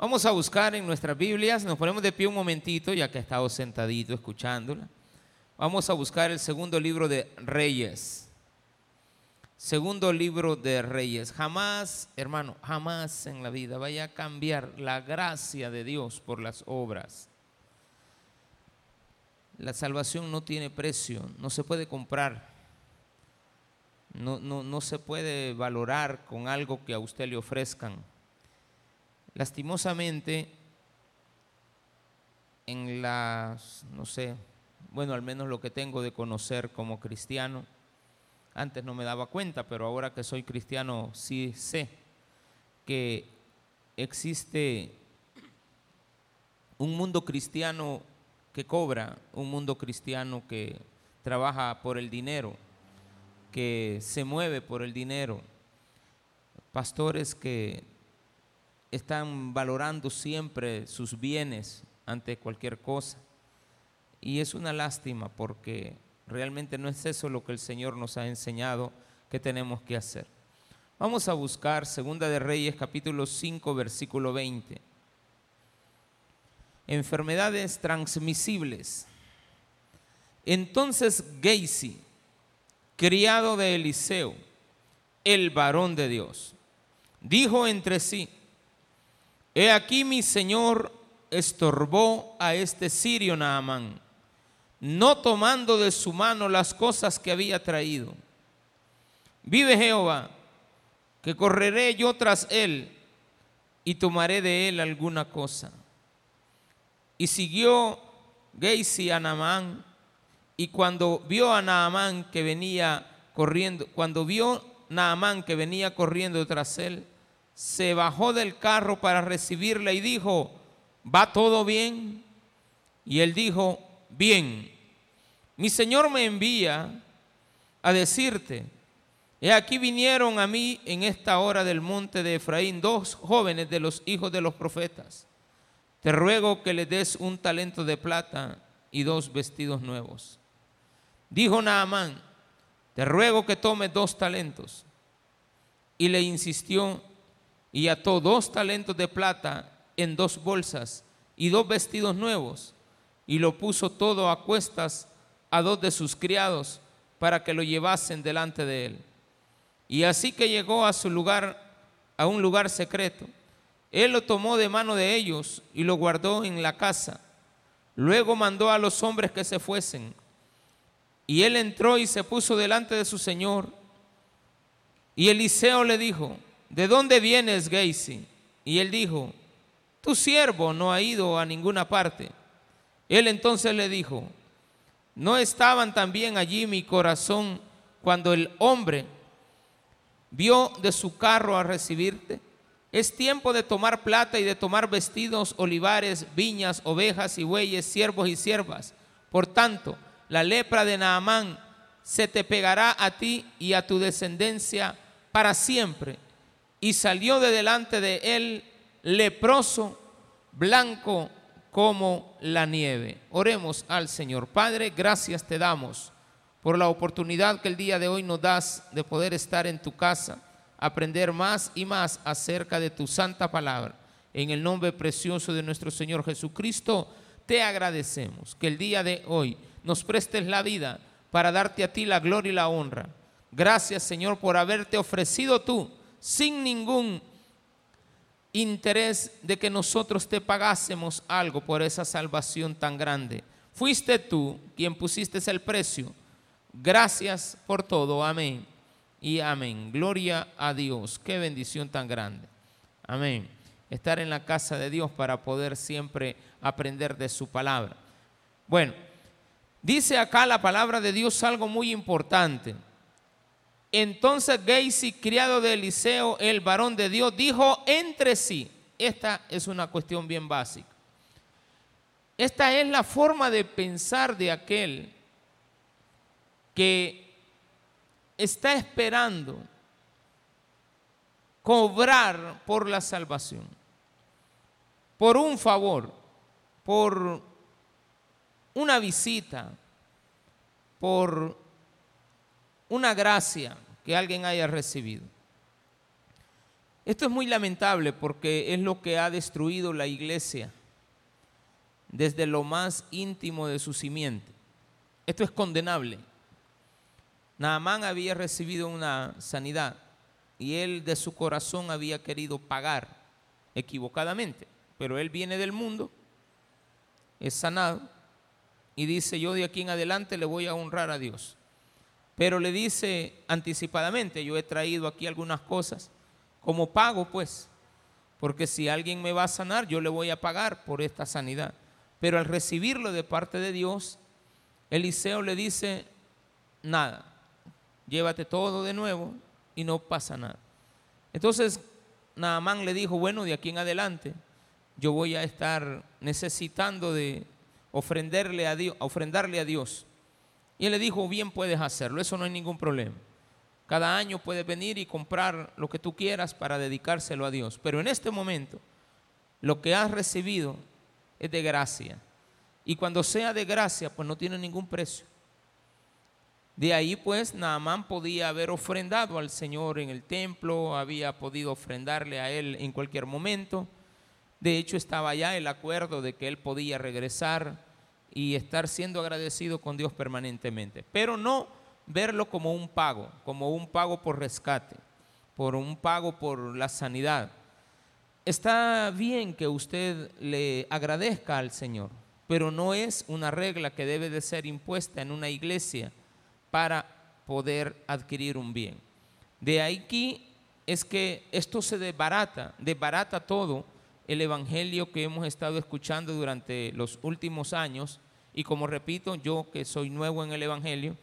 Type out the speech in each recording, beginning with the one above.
Vamos a buscar en nuestras Biblias, nos ponemos de pie un momentito, ya que he estado sentadito escuchándola. Vamos a buscar el segundo libro de Reyes. Segundo libro de Reyes. Jamás, hermano, jamás en la vida vaya a cambiar la gracia de Dios por las obras. La salvación no tiene precio, no se puede comprar. No se puede valorar con algo que a usted le ofrezcan. Lastimosamente, en las, no sé, bueno, al menos lo que tengo de conocer como cristiano, antes no me daba cuenta, pero ahora que soy cristiano sí sé que existe un mundo cristiano que cobra, un mundo cristiano que trabaja por el dinero, que se mueve por el dinero, pastores que están valorando siempre sus bienes ante cualquier cosa. Y es una lástima porque realmente no es eso lo que el Señor nos ha enseñado que tenemos que hacer. Vamos a buscar Segunda de Reyes capítulo 5 versículo 20. Enfermedades transmisibles. Entonces Gehazi, criado de Eliseo, el varón de Dios, dijo entre sí: he aquí mi señor estorbó a este sirio Naamán, no tomando de su mano las cosas que había traído. Vive Jehová, que correré yo tras él y tomaré de él alguna cosa. Y siguió Gehazi a Naamán, y cuando vio Naamán que venía corriendo tras él, se bajó del carro para recibirle y dijo: ¿va todo bien? Y él dijo: bien. Mi señor me envía a decirte: he aquí vinieron a mí en esta hora del monte de Efraín 2 jóvenes de los hijos de los profetas. Te ruego que les des 1 talento de plata y 2 vestidos nuevos. Dijo Naamán: te ruego que tomes 2 talentos. Y le insistió, y ató 2 talentos de plata en 2 bolsas y 2 vestidos nuevos, y lo puso todo a cuestas a 2 de sus criados para que lo llevasen delante de él. Y así que llegó a su lugar, a un lugar secreto, él lo tomó de mano de ellos y lo guardó en la casa. Luego mandó a los hombres que se fuesen, y él entró y se puso delante de su señor. Y Eliseo le dijo: ¿de dónde vienes, Gehazi? Y él dijo: tu siervo no ha ido a ninguna parte. Él entonces le dijo: ¿no estaban también allí mi corazón cuando el hombre vio de su carro a recibirte? Es tiempo de tomar plata y de tomar vestidos, olivares, viñas, ovejas y bueyes, siervos y siervas. Por tanto, la lepra de Naamán se te pegará a ti y a tu descendencia para siempre. Y salió de delante de él leproso, blanco como la nieve. Oremos al Señor. Padre, gracias te damos por la oportunidad que el día de hoy nos das de poder estar en tu casa, aprender más y más acerca de tu santa palabra. En el nombre precioso de nuestro Señor Jesucristo, te agradecemos que el día de hoy nos prestes la vida para darte a ti la gloria y la honra. Gracias, Señor, por haberte ofrecido tú sin ningún interés de que nosotros te pagásemos algo por esa salvación tan grande. Fuiste tú quien pusiste el precio. Gracias por todo. Amén y amén. Gloria a Dios. Qué bendición tan grande. Amén. Estar en la casa de Dios para poder siempre aprender de su palabra. Bueno, dice acá la palabra de Dios algo muy importante. Entonces Gehazi, criado de Eliseo, el varón de Dios, dijo entre sí. Esta es una cuestión bien básica. Esta es la forma de pensar de aquel que está esperando cobrar por la salvación, por un favor, por una visita, por una gracia que alguien haya recibido. Esto es muy lamentable porque es lo que ha destruido la iglesia desde lo más íntimo de su simiente. Esto es condenable. Naamán había recibido una sanidad y él de su corazón había querido pagar equivocadamente, pero él viene del mundo, es sanado y dice: yo de aquí en adelante le voy a honrar a Dios. Pero le dice anticipadamente: yo he traído aquí algunas cosas como pago, pues, porque si alguien me va a sanar, yo le voy a pagar por esta sanidad. Pero al recibirlo de parte de Dios, Eliseo le dice: nada, llévate todo de nuevo y no pasa nada. Entonces Naamán le dijo: bueno, de aquí en adelante yo voy a estar necesitando de ofrendarle a Dios. Y él le dijo: bien, puedes hacerlo, eso no hay ningún problema. Cada año puedes venir y comprar lo que tú quieras para dedicárselo a Dios. Pero en este momento, lo que has recibido es de gracia. Y cuando sea de gracia, pues no tiene ningún precio. De ahí pues Naamán podía haber ofrendado al Señor en el templo, había podido ofrendarle a él en cualquier momento. De hecho, estaba ya el acuerdo de que él podía regresar y estar siendo agradecido con Dios permanentemente. Pero no verlo como un pago por rescate, por un pago por la sanidad. Está bien que usted le agradezca al Señor, pero no es una regla que debe de ser impuesta en una iglesia para poder adquirir un bien. De aquí es que esto se desbarata todo el evangelio que hemos estado escuchando durante los últimos años. Y como repito, yo que soy nuevo en el evangelio,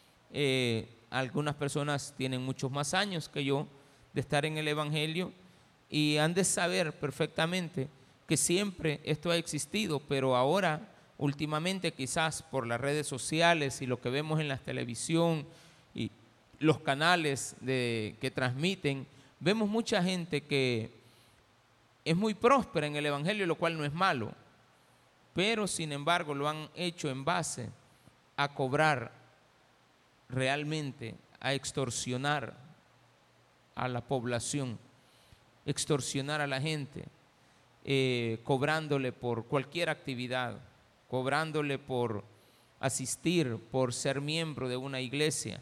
algunas personas tienen muchos más años que yo de estar en el evangelio y han de saber perfectamente que siempre esto ha existido, pero ahora últimamente quizás por las redes sociales y lo que vemos en la televisión y los canales que transmiten, vemos mucha gente que es muy próspera en el evangelio, lo cual no es malo, pero sin embargo lo han hecho en base a cobrar realmente, a extorsionar a la población, extorsionar a la gente, cobrándole por cualquier actividad, cobrándole por asistir, por ser miembro de una iglesia,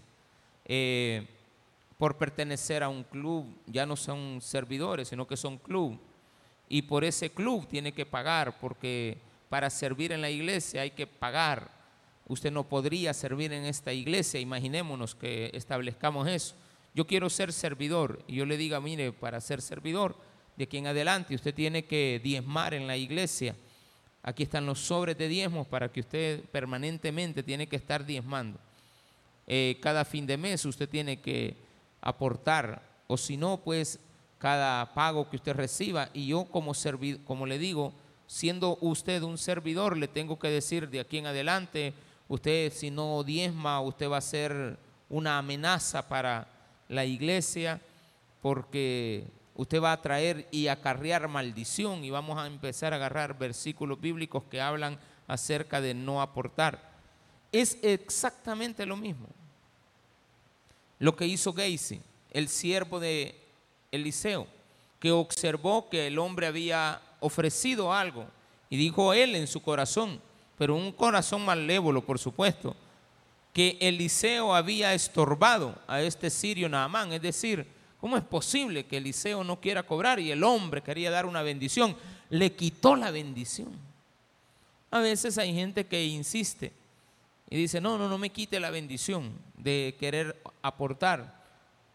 por pertenecer a un club. Ya no son servidores, sino que son club, y por ese club tiene que pagar, porque para servir en la iglesia hay que pagar. Usted no podría servir en esta iglesia, imaginémonos que establezcamos eso. Yo quiero ser servidor y yo le diga: mire, para ser servidor, de aquí en adelante usted tiene que diezmar en la iglesia. Aquí están los sobres de diezmos para que usted permanentemente tiene que estar diezmando. Cada fin de mes usted tiene que aportar, o si no, pues cada pago que usted reciba. Y yo como le digo, siendo usted un servidor, le tengo que decir: de aquí en adelante, usted si no diezma, usted va a ser una amenaza para la iglesia, porque usted va a traer y acarrear maldición. Y vamos a empezar a agarrar versículos bíblicos que hablan acerca de no aportar. Es exactamente lo mismo lo que hizo Gehazi, el siervo de Eliseo, que observó que el hombre había ofrecido algo y dijo él en su corazón, pero un corazón malévolo, por supuesto, que Eliseo había estorbado a este sirio Naamán. Es decir, ¿cómo es posible que Eliseo no quiera cobrar y el hombre quería dar una bendición? Le quitó la bendición. A veces hay gente que insiste y dice: no me quite la bendición de querer aportar.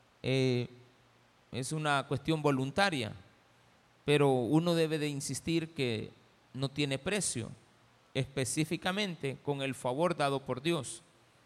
Es una cuestión voluntaria, pero uno debe de insistir que no tiene precio, específicamente con el favor dado por Dios.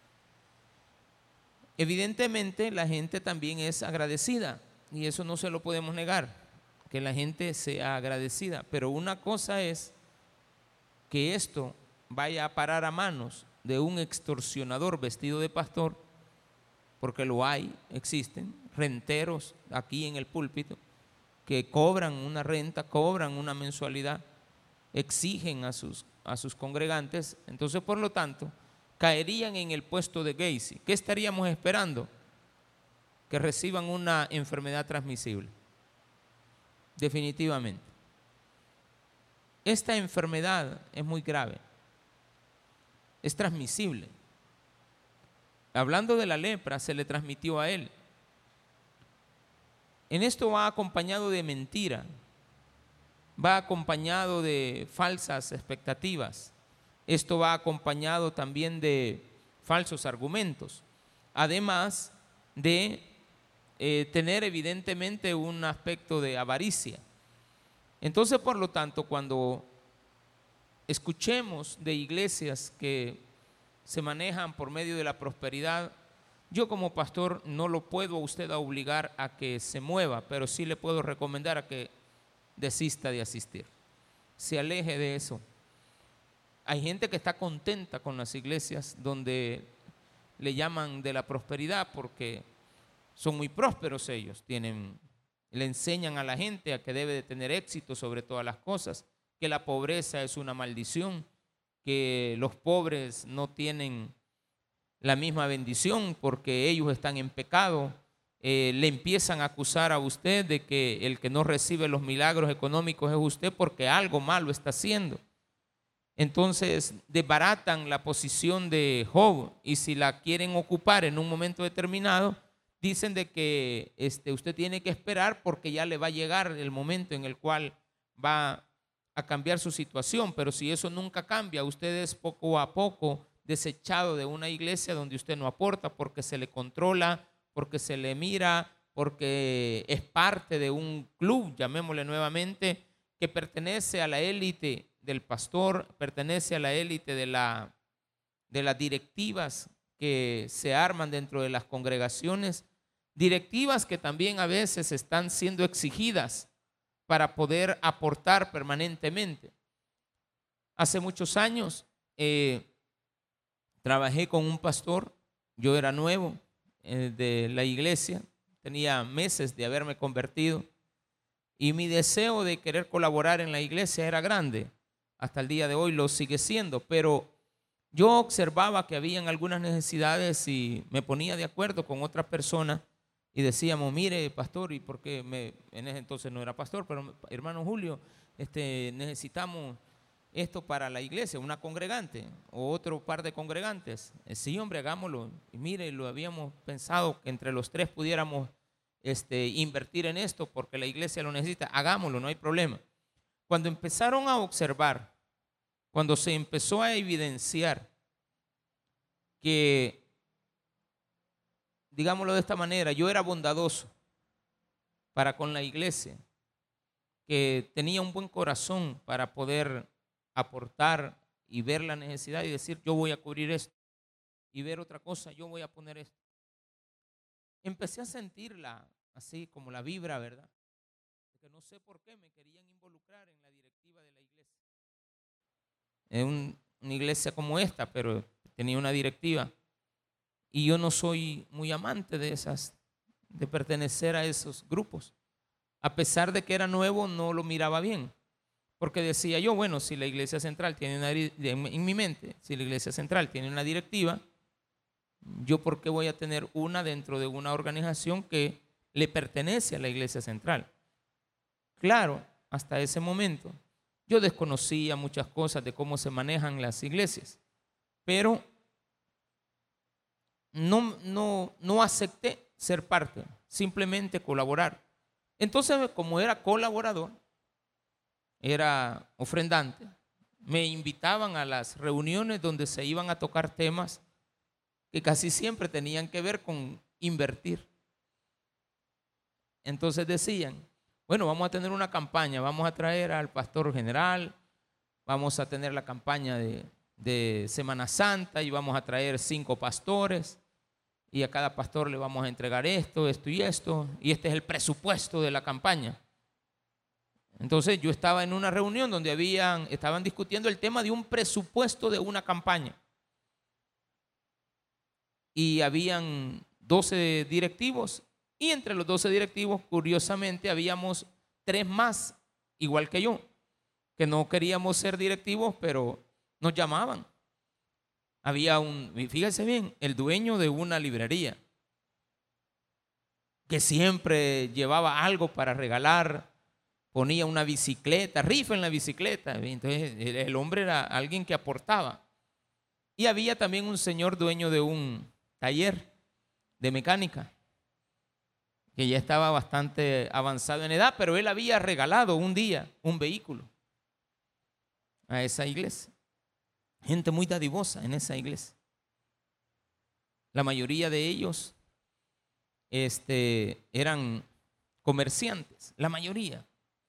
Evidentemente la gente también es agradecida y eso no se lo podemos negar, que la gente sea agradecida, pero una cosa es que esto vaya a parar a manos de un extorsionador vestido de pastor, porque lo hay, existen renteros aquí en el púlpito que cobran una renta, cobran una mensualidad, exigen a sus congregantes. Entonces, por lo tanto, caerían en el puesto de Gehazi. ¿Qué estaríamos esperando? Que reciban una enfermedad transmisible. definitivamente. Esta enfermedad es muy grave, es transmisible. Hablando de la lepra, se le transmitió a él. En esto va acompañado de mentira, va acompañado de falsas expectativas. Esto va acompañado también de falsos argumentos, además de tener evidentemente un aspecto de avaricia. Entonces, por lo tanto, cuando escuchemos de iglesias que se manejan por medio de la prosperidad, yo como pastor no lo puedo a usted obligar a que se mueva, pero sí le puedo recomendar a que desista de asistir, se aleje de eso. Hay gente que está contenta con las iglesias donde le llaman de la prosperidad porque son muy prósperos ellos, le enseñan a la gente a que debe de tener éxito sobre todas las cosas, que la pobreza es una maldición, que los pobres no tienen la misma bendición porque ellos están en pecado. Le empiezan a acusar a usted de que el que no recibe los milagros económicos es usted porque algo malo está haciendo. Entonces desbaratan la posición de Job y si la quieren ocupar en un momento determinado, dicen de que usted tiene que esperar porque ya le va a llegar el momento en el cual va a cambiar su situación, pero si eso nunca cambia, usted es poco a poco desechado de una iglesia donde usted no aporta porque se le controla, porque se le mira, porque es parte de un club, llamémosle nuevamente, que pertenece a la élite del pastor, pertenece a la élite de las directivas que se arman dentro de las congregaciones, directivas que también a veces están siendo exigidas para poder aportar permanentemente. Hace muchos años trabajé con un pastor, yo era nuevo de la iglesia, tenía meses de haberme convertido y mi deseo de querer colaborar en la iglesia era grande. Hasta el día de hoy lo sigue siendo, pero yo observaba que habían algunas necesidades y me ponía de acuerdo con otras personas y decíamos, mire pastor, y porque en ese entonces no era pastor, pero hermano Julio, necesitamos esto para la iglesia, una congregante o otro par de congregantes. Sí, hombre, hagámoslo. Y mire, lo habíamos pensado que entre los tres pudiéramos invertir en esto porque la iglesia lo necesita. Hagámoslo, no hay problema. Cuando empezaron a observar, cuando se empezó a evidenciar que, digámoslo de esta manera, yo era bondadoso para con la iglesia, que tenía un buen corazón para poder aportar y ver la necesidad y decir, yo voy a cubrir esto, y ver otra cosa, yo voy a poner esto. Empecé a sentirla así como la vibra, ¿verdad? Que no sé por qué me querían involucrar en la directiva de la iglesia. En una iglesia como esta, pero tenía una directiva. Y yo no soy muy amante de pertenecer a esos grupos. A pesar de que era nuevo, no lo miraba bien. Porque decía yo, bueno, si la iglesia central tiene en mi mente, si la iglesia central tiene una directiva, yo por qué voy a tener una dentro de una organización que le pertenece a la iglesia central. Claro, hasta ese momento yo desconocía muchas cosas de cómo se manejan las iglesias, pero no acepté ser parte, simplemente colaborar. Entonces, como era colaborador, era ofrendante, me invitaban a las reuniones donde se iban a tocar temas que casi siempre tenían que ver con invertir. Entonces decían, bueno, vamos a tener una campaña, vamos a traer al pastor general, vamos a tener la campaña de Semana Santa y vamos a traer 5 pastores y a cada pastor le vamos a entregar esto, esto y esto, y este es el presupuesto de la campaña. Entonces yo estaba en una reunión donde estaban discutiendo el tema de un presupuesto de una campaña. Y habían 12 directivos y entre los 12 directivos, curiosamente, habíamos 3 más, igual que yo, que no queríamos ser directivos, pero nos llamaban. Había fíjense bien, el dueño de una librería que siempre llevaba algo para regalar, ponía una bicicleta, rifa en la bicicleta. Entonces el hombre era alguien que aportaba. Y había también un señor dueño de un taller de mecánica, que ya estaba bastante avanzado en edad, pero él había regalado un día un vehículo a esa iglesia. Gente muy dadivosa en esa iglesia. La mayoría de ellos eran comerciantes, la mayoría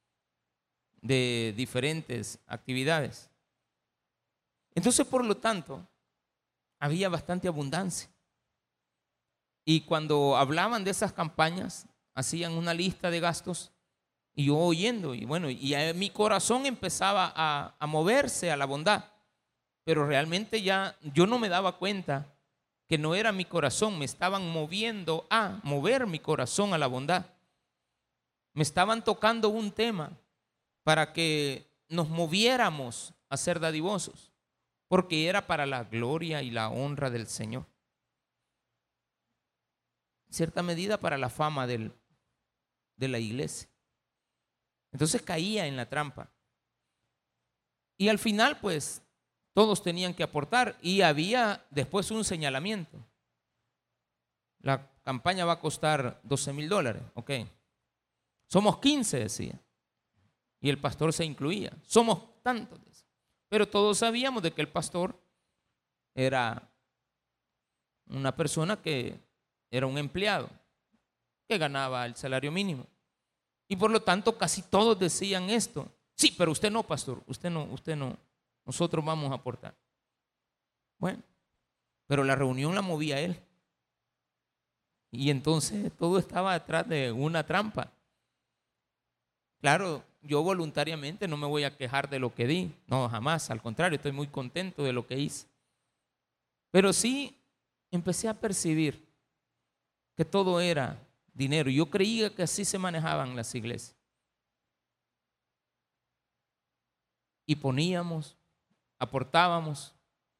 de diferentes actividades. Entonces, por lo tanto, había bastante abundancia. Y cuando hablaban de esas campañas, hacían una lista de gastos y yo oyendo, y bueno, y mi corazón empezaba a moverse a la bondad. Pero realmente ya yo no me daba cuenta que no era mi corazón, me estaban moviendo a mover mi corazón a la bondad. Me estaban tocando un tema para que nos moviéramos a ser dadivosos, porque era para la gloria y la honra del Señor. En cierta medida para la fama de la iglesia. Entonces caía en la trampa. Y al final, pues, todos tenían que aportar y había después un señalamiento. La campaña va a costar $12,000, ok. Somos 15, decía. Y el pastor se incluía. Somos tantos. Pero todos sabíamos de que el pastor era una persona que era un empleado, que ganaba el salario mínimo. Y por lo tanto casi todos decían esto. Sí, pero usted no, pastor, usted no. Nosotros vamos a aportar. Bueno, pero la reunión la movía él. Y entonces todo estaba detrás de una trampa. Claro, yo voluntariamente no me voy a quejar de lo que di. No, jamás. Al contrario, estoy muy contento de lo que hice. Pero sí empecé a percibir que todo era dinero. Yo creía que así se manejaban las iglesias. Y poníamos, aportábamos,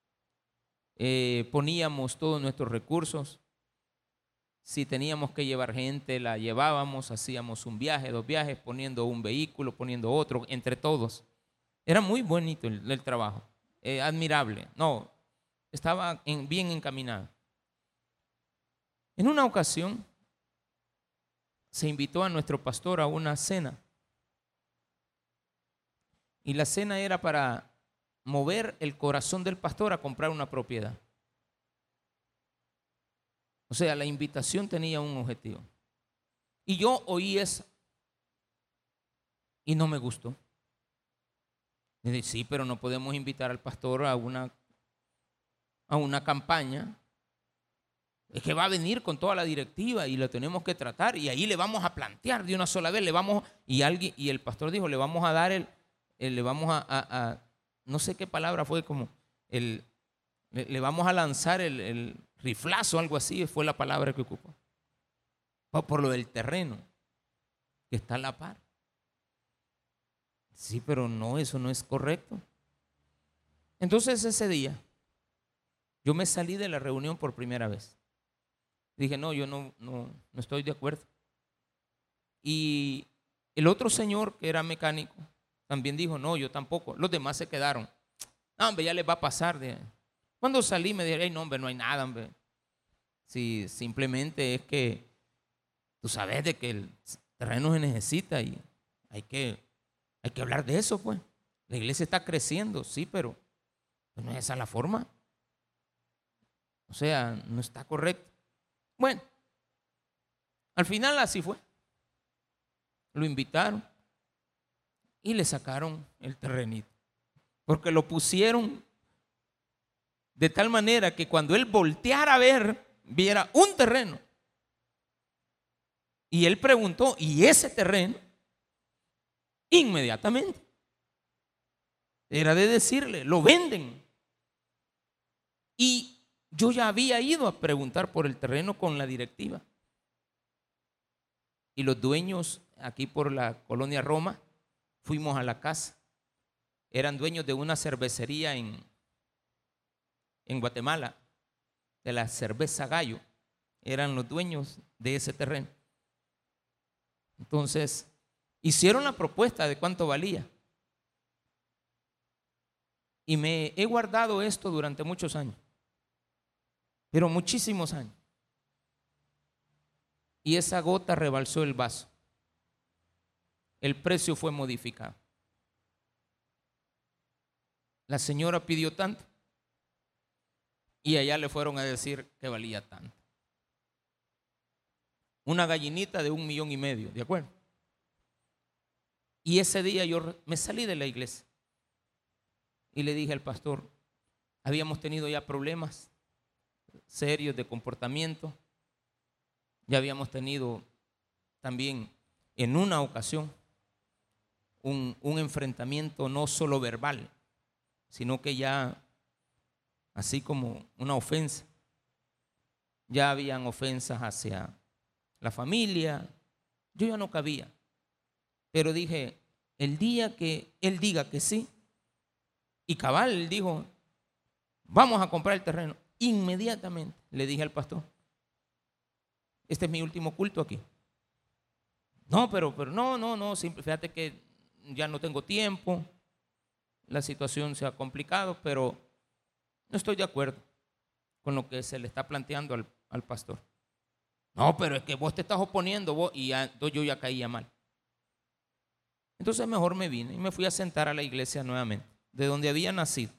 poníamos todos nuestros recursos. Si teníamos que llevar gente, la llevábamos, hacíamos un viaje, 2 viajes, poniendo un vehículo, poniendo otro, entre todos. Era muy bonito el trabajo, admirable. No, estaba bien encaminado. En una ocasión se invitó a nuestro pastor a una cena. Y la cena era para mover el corazón del pastor a comprar una propiedad. O sea, la invitación tenía un objetivo. Y yo oí eso y no me gustó. Y dije, sí, pero no podemos invitar al pastor a una campaña. Es que va a venir con toda la directiva y lo tenemos que tratar y ahí le vamos a plantear de una sola vez, y el pastor dijo, le vamos a dar no sé qué palabra fue, como le vamos a lanzar el riflazo, algo así fue la palabra que ocupó. Por lo del terreno, que está a la par. Sí, pero no, eso no es correcto. Entonces ese día, yo me salí de la reunión por primera vez. Dije, no, yo no estoy de acuerdo. Y el otro señor que era mecánico también dijo, no, yo tampoco. Los demás se quedaron. No, hombre, ya les va a pasar. Cuando salí me dijeron, no, hombre, no hay nada, hombre. Si simplemente es que tú sabes de que el terreno se necesita y hay que hablar de eso, pues. La iglesia está creciendo, sí, pero no es esa la forma. O sea, no está correcto. Bueno, al final así fue. Lo invitaron y le sacaron el terrenito. Porque lo pusieron de tal manera que cuando él volteara a ver, viera un terreno. Y él preguntó, ¿y ese terreno? Inmediatamente. Era de decirle, lo venden. Y yo ya había ido a preguntar por el terreno con la directiva. Y los dueños aquí por la colonia Roma, fuimos a la casa. Eran dueños de una cervecería en Guatemala, de la cerveza Gallo. Eran los dueños de ese terreno. Entonces Hicieron la propuesta de cuánto valía. Y me he guardado esto durante muchos años, pero muchísimos años. Y esa gota rebalsó el vaso. El precio fue modificado. La señora pidió tanto y allá le fueron a decir que valía tanto. Una gallinita de 1,5 millones, ¿de acuerdo? Y ese día yo me salí de la iglesia y le dije al pastor, habíamos tenido ya problemas serios de comportamiento, ya habíamos tenido también en una ocasión un enfrentamiento no solo verbal, sino que ya así como una ofensa. Ya habían ofensas hacia la familia, yo ya no cabía. Pero dije, el día que él diga que sí, y cabal, él dijo, vamos a comprar el terreno. Inmediatamente le dije al pastor, este es mi último culto aquí. No, pero no, fíjate que ya no tengo tiempo, la situación se ha complicado, pero no estoy de acuerdo con lo que se le está planteando al pastor. No, pero es que vos te estás oponiendo y yo ya caía mal. Entonces mejor me vine y me fui a sentar a la iglesia nuevamente, de donde había nacido.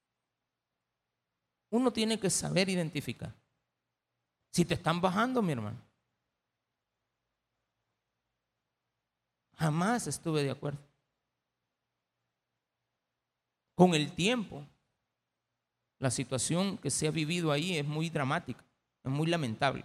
Uno tiene que saber identificar. Si te están bajando, mi hermano. Jamás estuve de acuerdo. Con el tiempo, la situación que se ha vivido ahí es muy dramática, es muy lamentable.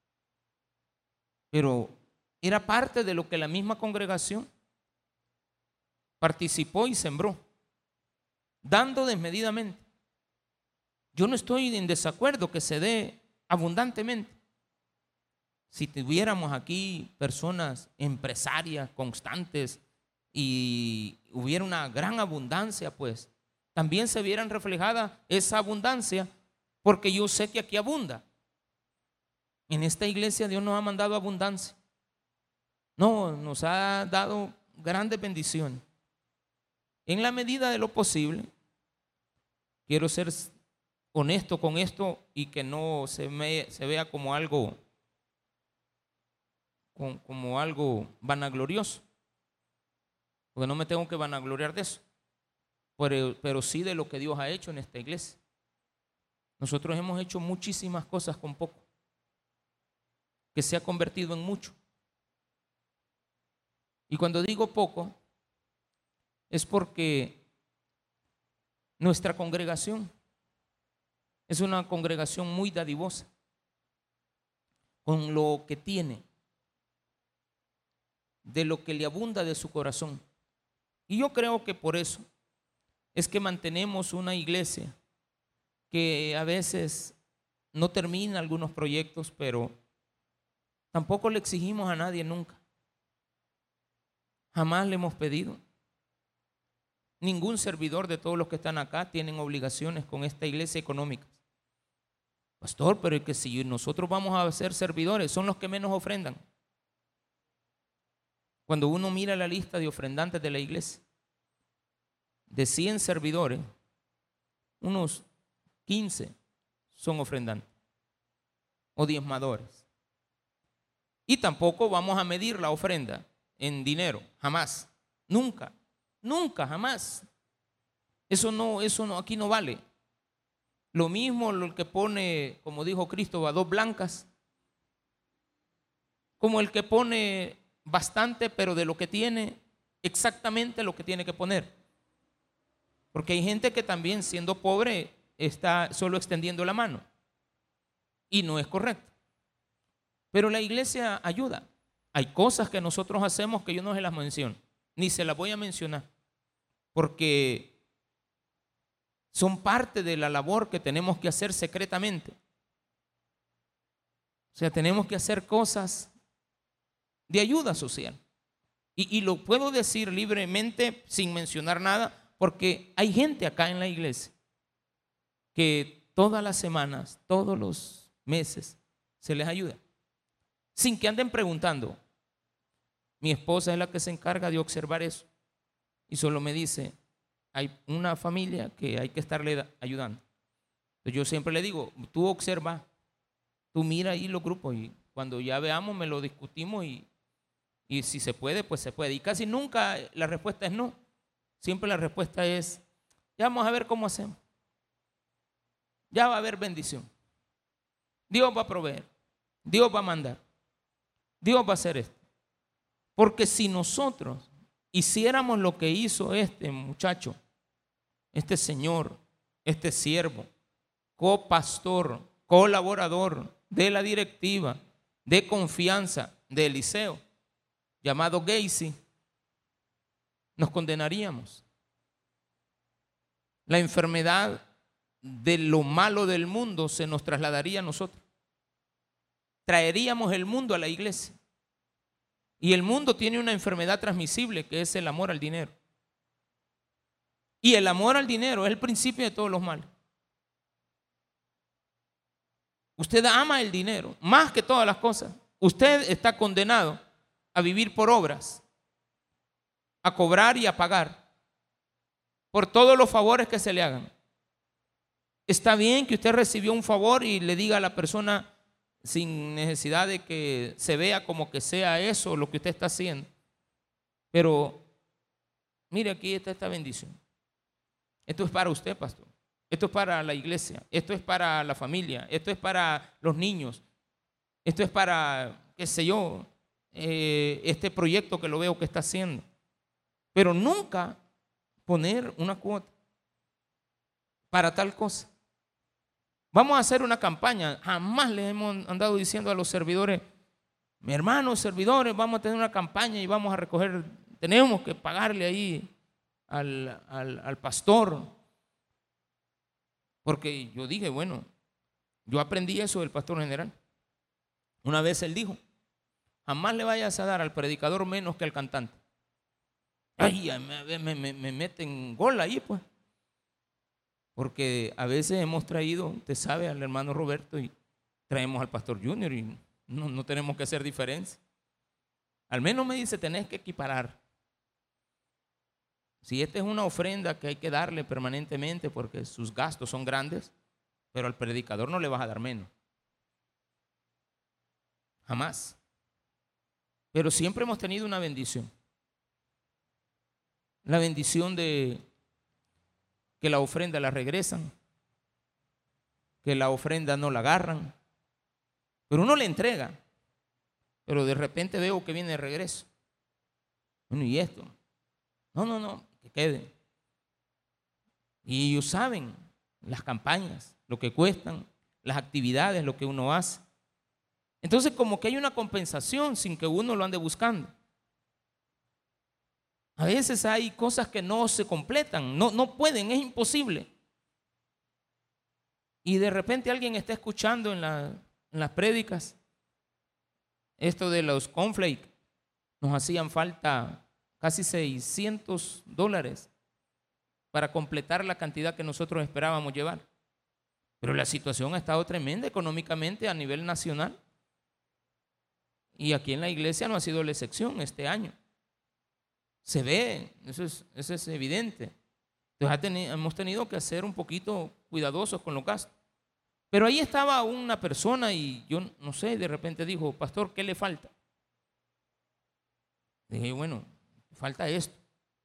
Pero era parte de lo que la misma congregación participó y sembró, dando desmedidamente. Yo no estoy en desacuerdo que se dé abundantemente. Si tuviéramos aquí personas empresarias constantes y hubiera una gran abundancia, pues también se vieran reflejada esa abundancia, porque yo sé que aquí abunda. En esta iglesia Dios nos ha mandado abundancia. No, nos ha dado grandes bendiciones. En la medida de lo posible, quiero ser honesto con esto y que no se vea como algo vanaglorioso, porque no me tengo que vanagloriar de eso, pero sí de lo que Dios ha hecho en esta iglesia. Nosotros hemos hecho muchísimas cosas con poco, que se ha convertido en mucho. Y cuando digo poco, es porque nuestra congregación es una congregación muy dadivosa, con lo que tiene, de lo que le abunda de su corazón. Y yo creo que por eso es que mantenemos una iglesia que a veces no termina algunos proyectos, pero tampoco le exigimos a nadie nunca. Jamás le hemos pedido. Ningún servidor de todos los que están acá tienen obligaciones con esta iglesia económica. Pastor, pero es que si nosotros vamos a ser servidores, son los que menos ofrendan. Cuando uno mira la lista de ofrendantes de la iglesia, de 100 servidores, unos 15 son ofrendantes o diezmadores. Y tampoco vamos a medir la ofrenda en dinero, jamás, nunca, jamás. Eso no, aquí no vale. Lo mismo el que pone, como dijo Cristo, a 2 blancas, como el que pone bastante, pero de lo que tiene, exactamente lo que tiene que poner. Porque hay gente que también, siendo pobre, está solo extendiendo la mano. Y no es correcto. Pero la iglesia ayuda. Hay cosas que nosotros hacemos que yo no se las menciono, ni se las voy a mencionar, porque son parte de la labor que tenemos que hacer secretamente. O sea, tenemos que hacer cosas de ayuda social. Y lo puedo decir libremente sin mencionar nada, porque hay gente acá en la iglesia que todas las semanas, todos los meses, se les ayuda. Sin que anden preguntando. Mi esposa es la que se encarga de observar eso. Y solo me dice, hay una familia que hay que estarle ayudando. Entonces yo siempre le digo, tú observa, tú mira ahí los grupos y cuando ya veamos me lo discutimos y si se puede, pues se puede. Y casi nunca la respuesta es no. Siempre la respuesta es, ya vamos a ver cómo hacemos. Ya va a haber bendición. Dios va a proveer. Dios va a mandar. Dios va a hacer esto. Porque si nosotros hiciéramos lo que hizo este muchacho, este señor, este siervo, copastor, colaborador de la directiva de confianza de Eliseo, llamado Gacy, nos condenaríamos. La enfermedad de lo malo del mundo se nos trasladaría a nosotros. Traeríamos el mundo a la iglesia. Y el mundo tiene una enfermedad transmisible que es el amor al dinero. Y el amor al dinero es el principio de todos los males. Usted ama el dinero más que todas las cosas. Usted está condenado a vivir por obras, a cobrar y a pagar por todos los favores que se le hagan. Está bien que usted recibió un favor y le diga a la persona sin necesidad de que se vea como que sea eso lo que usted está haciendo. Pero mire, aquí está esta bendición. Esto es para usted, pastor. Esto es para la iglesia. Esto es para la familia. Esto es para los niños. Esto es para, qué sé yo, este proyecto que lo veo que está haciendo. Pero nunca poner una cuota para tal cosa. Vamos a hacer una campaña. Jamás les hemos andado diciendo a los servidores, mi hermanos servidores, vamos a tener una campaña y vamos a recoger, tenemos que pagarle ahí al pastor. Porque yo dije, bueno, yo aprendí eso del pastor general. Una vez él dijo, jamás le vayas a dar al predicador menos que al cantante. Ay, me meten gol ahí, pues. Porque a veces hemos traído, usted sabe, al hermano Roberto y traemos al pastor Junior y no tenemos que hacer diferencia. Al menos me dice, tenés que equiparar. Si esta es una ofrenda que hay que darle permanentemente porque sus gastos son grandes, pero al predicador no le vas a dar menos. Jamás. Pero siempre hemos tenido una bendición. La bendición de que la ofrenda la regresan, que la ofrenda no la agarran, pero uno le entrega, pero de repente veo que viene de regreso. Bueno, ¿y esto? No, que quede. Y ellos saben las campañas, lo que cuestan, las actividades, lo que uno hace. Entonces como que hay una compensación sin que uno lo ande buscando. A veces hay cosas que no se completan, no pueden, es imposible. Y de repente alguien está escuchando en las prédicas esto de los cornflakes. Nos hacían falta casi $600 para completar la cantidad que nosotros esperábamos llevar. Pero la situación ha estado tremenda económicamente a nivel nacional. Y aquí en la iglesia no ha sido la excepción este año. Se ve, eso es evidente. Entonces hemos tenido que ser un poquito cuidadosos con los gastos. Pero ahí estaba una persona y yo no sé, de repente dijo, pastor, ¿qué le falta? Dije, bueno, falta esto.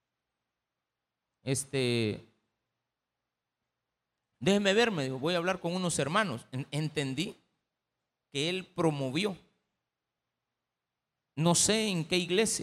Déjeme ver, me dijo, voy a hablar con unos hermanos. Entendí que él promovió. No sé en qué iglesia.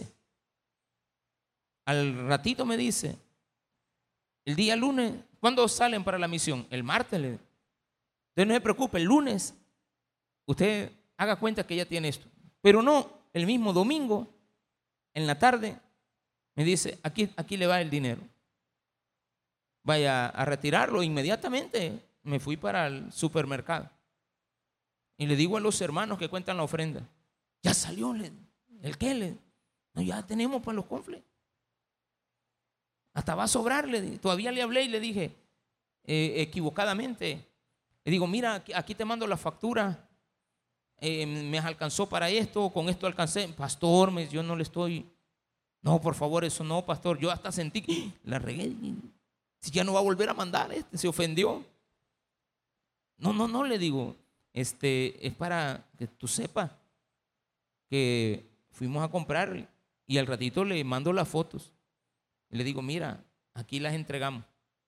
Al ratito me dice, el día lunes, ¿cuándo salen para la misión? El martes. Entonces no se preocupe, el lunes usted haga cuenta que ya tiene esto. Pero no, el mismo domingo, en la tarde, me dice, aquí le va el dinero. Vaya a retirarlo. Inmediatamente me fui para el supermercado. Y le digo a los hermanos que cuentan la ofrenda, ya salió el qué, no, ya tenemos para los cornflakes. Hasta va a sobrarle. Todavía le hablé y le dije, equivocadamente, le digo, mira, aquí te mando la factura me alcanzó para esto, con esto alcancé. Pastor, yo no le estoy, no, por favor, eso no, pastor. Yo hasta sentí que la regué. Si ya no va a volver a mandar, se ofendió. No, le digo, es para que tú sepas que fuimos a comprar y al ratito le mando las fotos. Y le digo, mira, aquí las entregamos.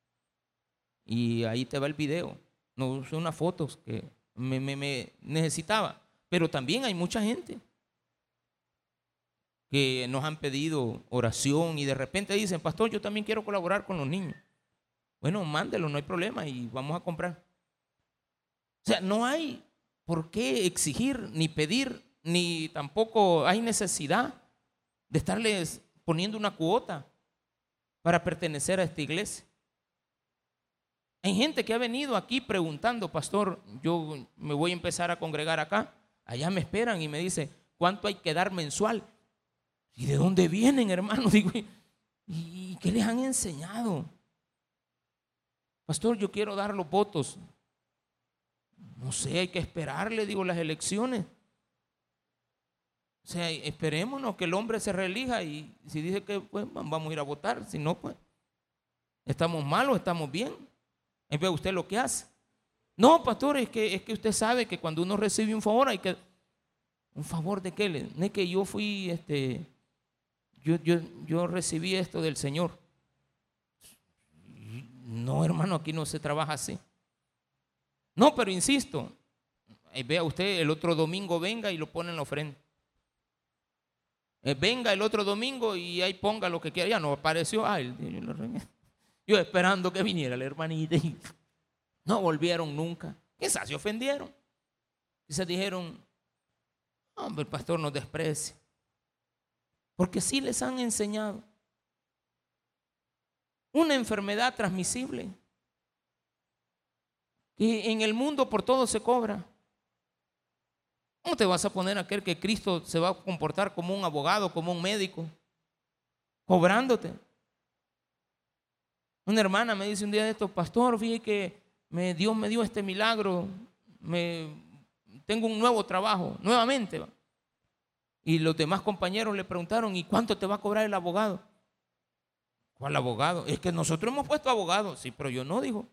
Y ahí te va el video. No son unas fotos que me necesitaba. Pero también hay mucha gente que nos han pedido oración y de repente dicen, pastor, yo también quiero colaborar con los niños. Bueno, mándelo, no hay problema y vamos a comprar. O sea, no hay por qué exigir, ni pedir, ni tampoco hay necesidad de estarles poniendo una cuota para pertenecer a esta iglesia. Hay gente que ha venido aquí preguntando, pastor, yo me voy a empezar a congregar acá. Allá me esperan y me dicen, ¿cuánto hay que dar mensual? ¿Y de dónde vienen, hermano? Digo, ¿y qué les han enseñado? Pastor, yo quiero dar los votos. No sé, hay que esperarle, digo, las elecciones. O sea, esperémonos que el hombre se reelija y si dice que pues, vamos a ir a votar, si no, pues estamos mal o estamos bien. Ahí ve usted lo que hace. No, pastor, es que usted sabe que cuando uno recibe un favor hay que... ¿Un favor de qué? No es que yo fui, yo recibí esto del Señor. No, hermano, aquí no se trabaja así. No, pero insisto, vea usted, el otro domingo venga y lo pone en la ofrenda. Venga el otro domingo y ahí ponga lo que quiera. Ya no apareció. Yo esperando que viniera la hermanita y no volvieron nunca. Quizás se ofendieron. Quizás dijeron, hombre, el pastor nos desprecia. Porque sí les han enseñado. Una enfermedad transmisible. Y en el mundo por todo se cobra. ¿Cómo te vas a poner a creer que Cristo se va a comportar como un abogado, como un médico, cobrándote? Una hermana me dice un día de esto, pastor, fíjate que Dios me dio este milagro, tengo un nuevo trabajo, nuevamente. Y los demás compañeros le preguntaron, ¿y cuánto te va a cobrar el abogado? ¿Cuál abogado? Es que nosotros hemos puesto abogado. Sí, pero yo no, dijo.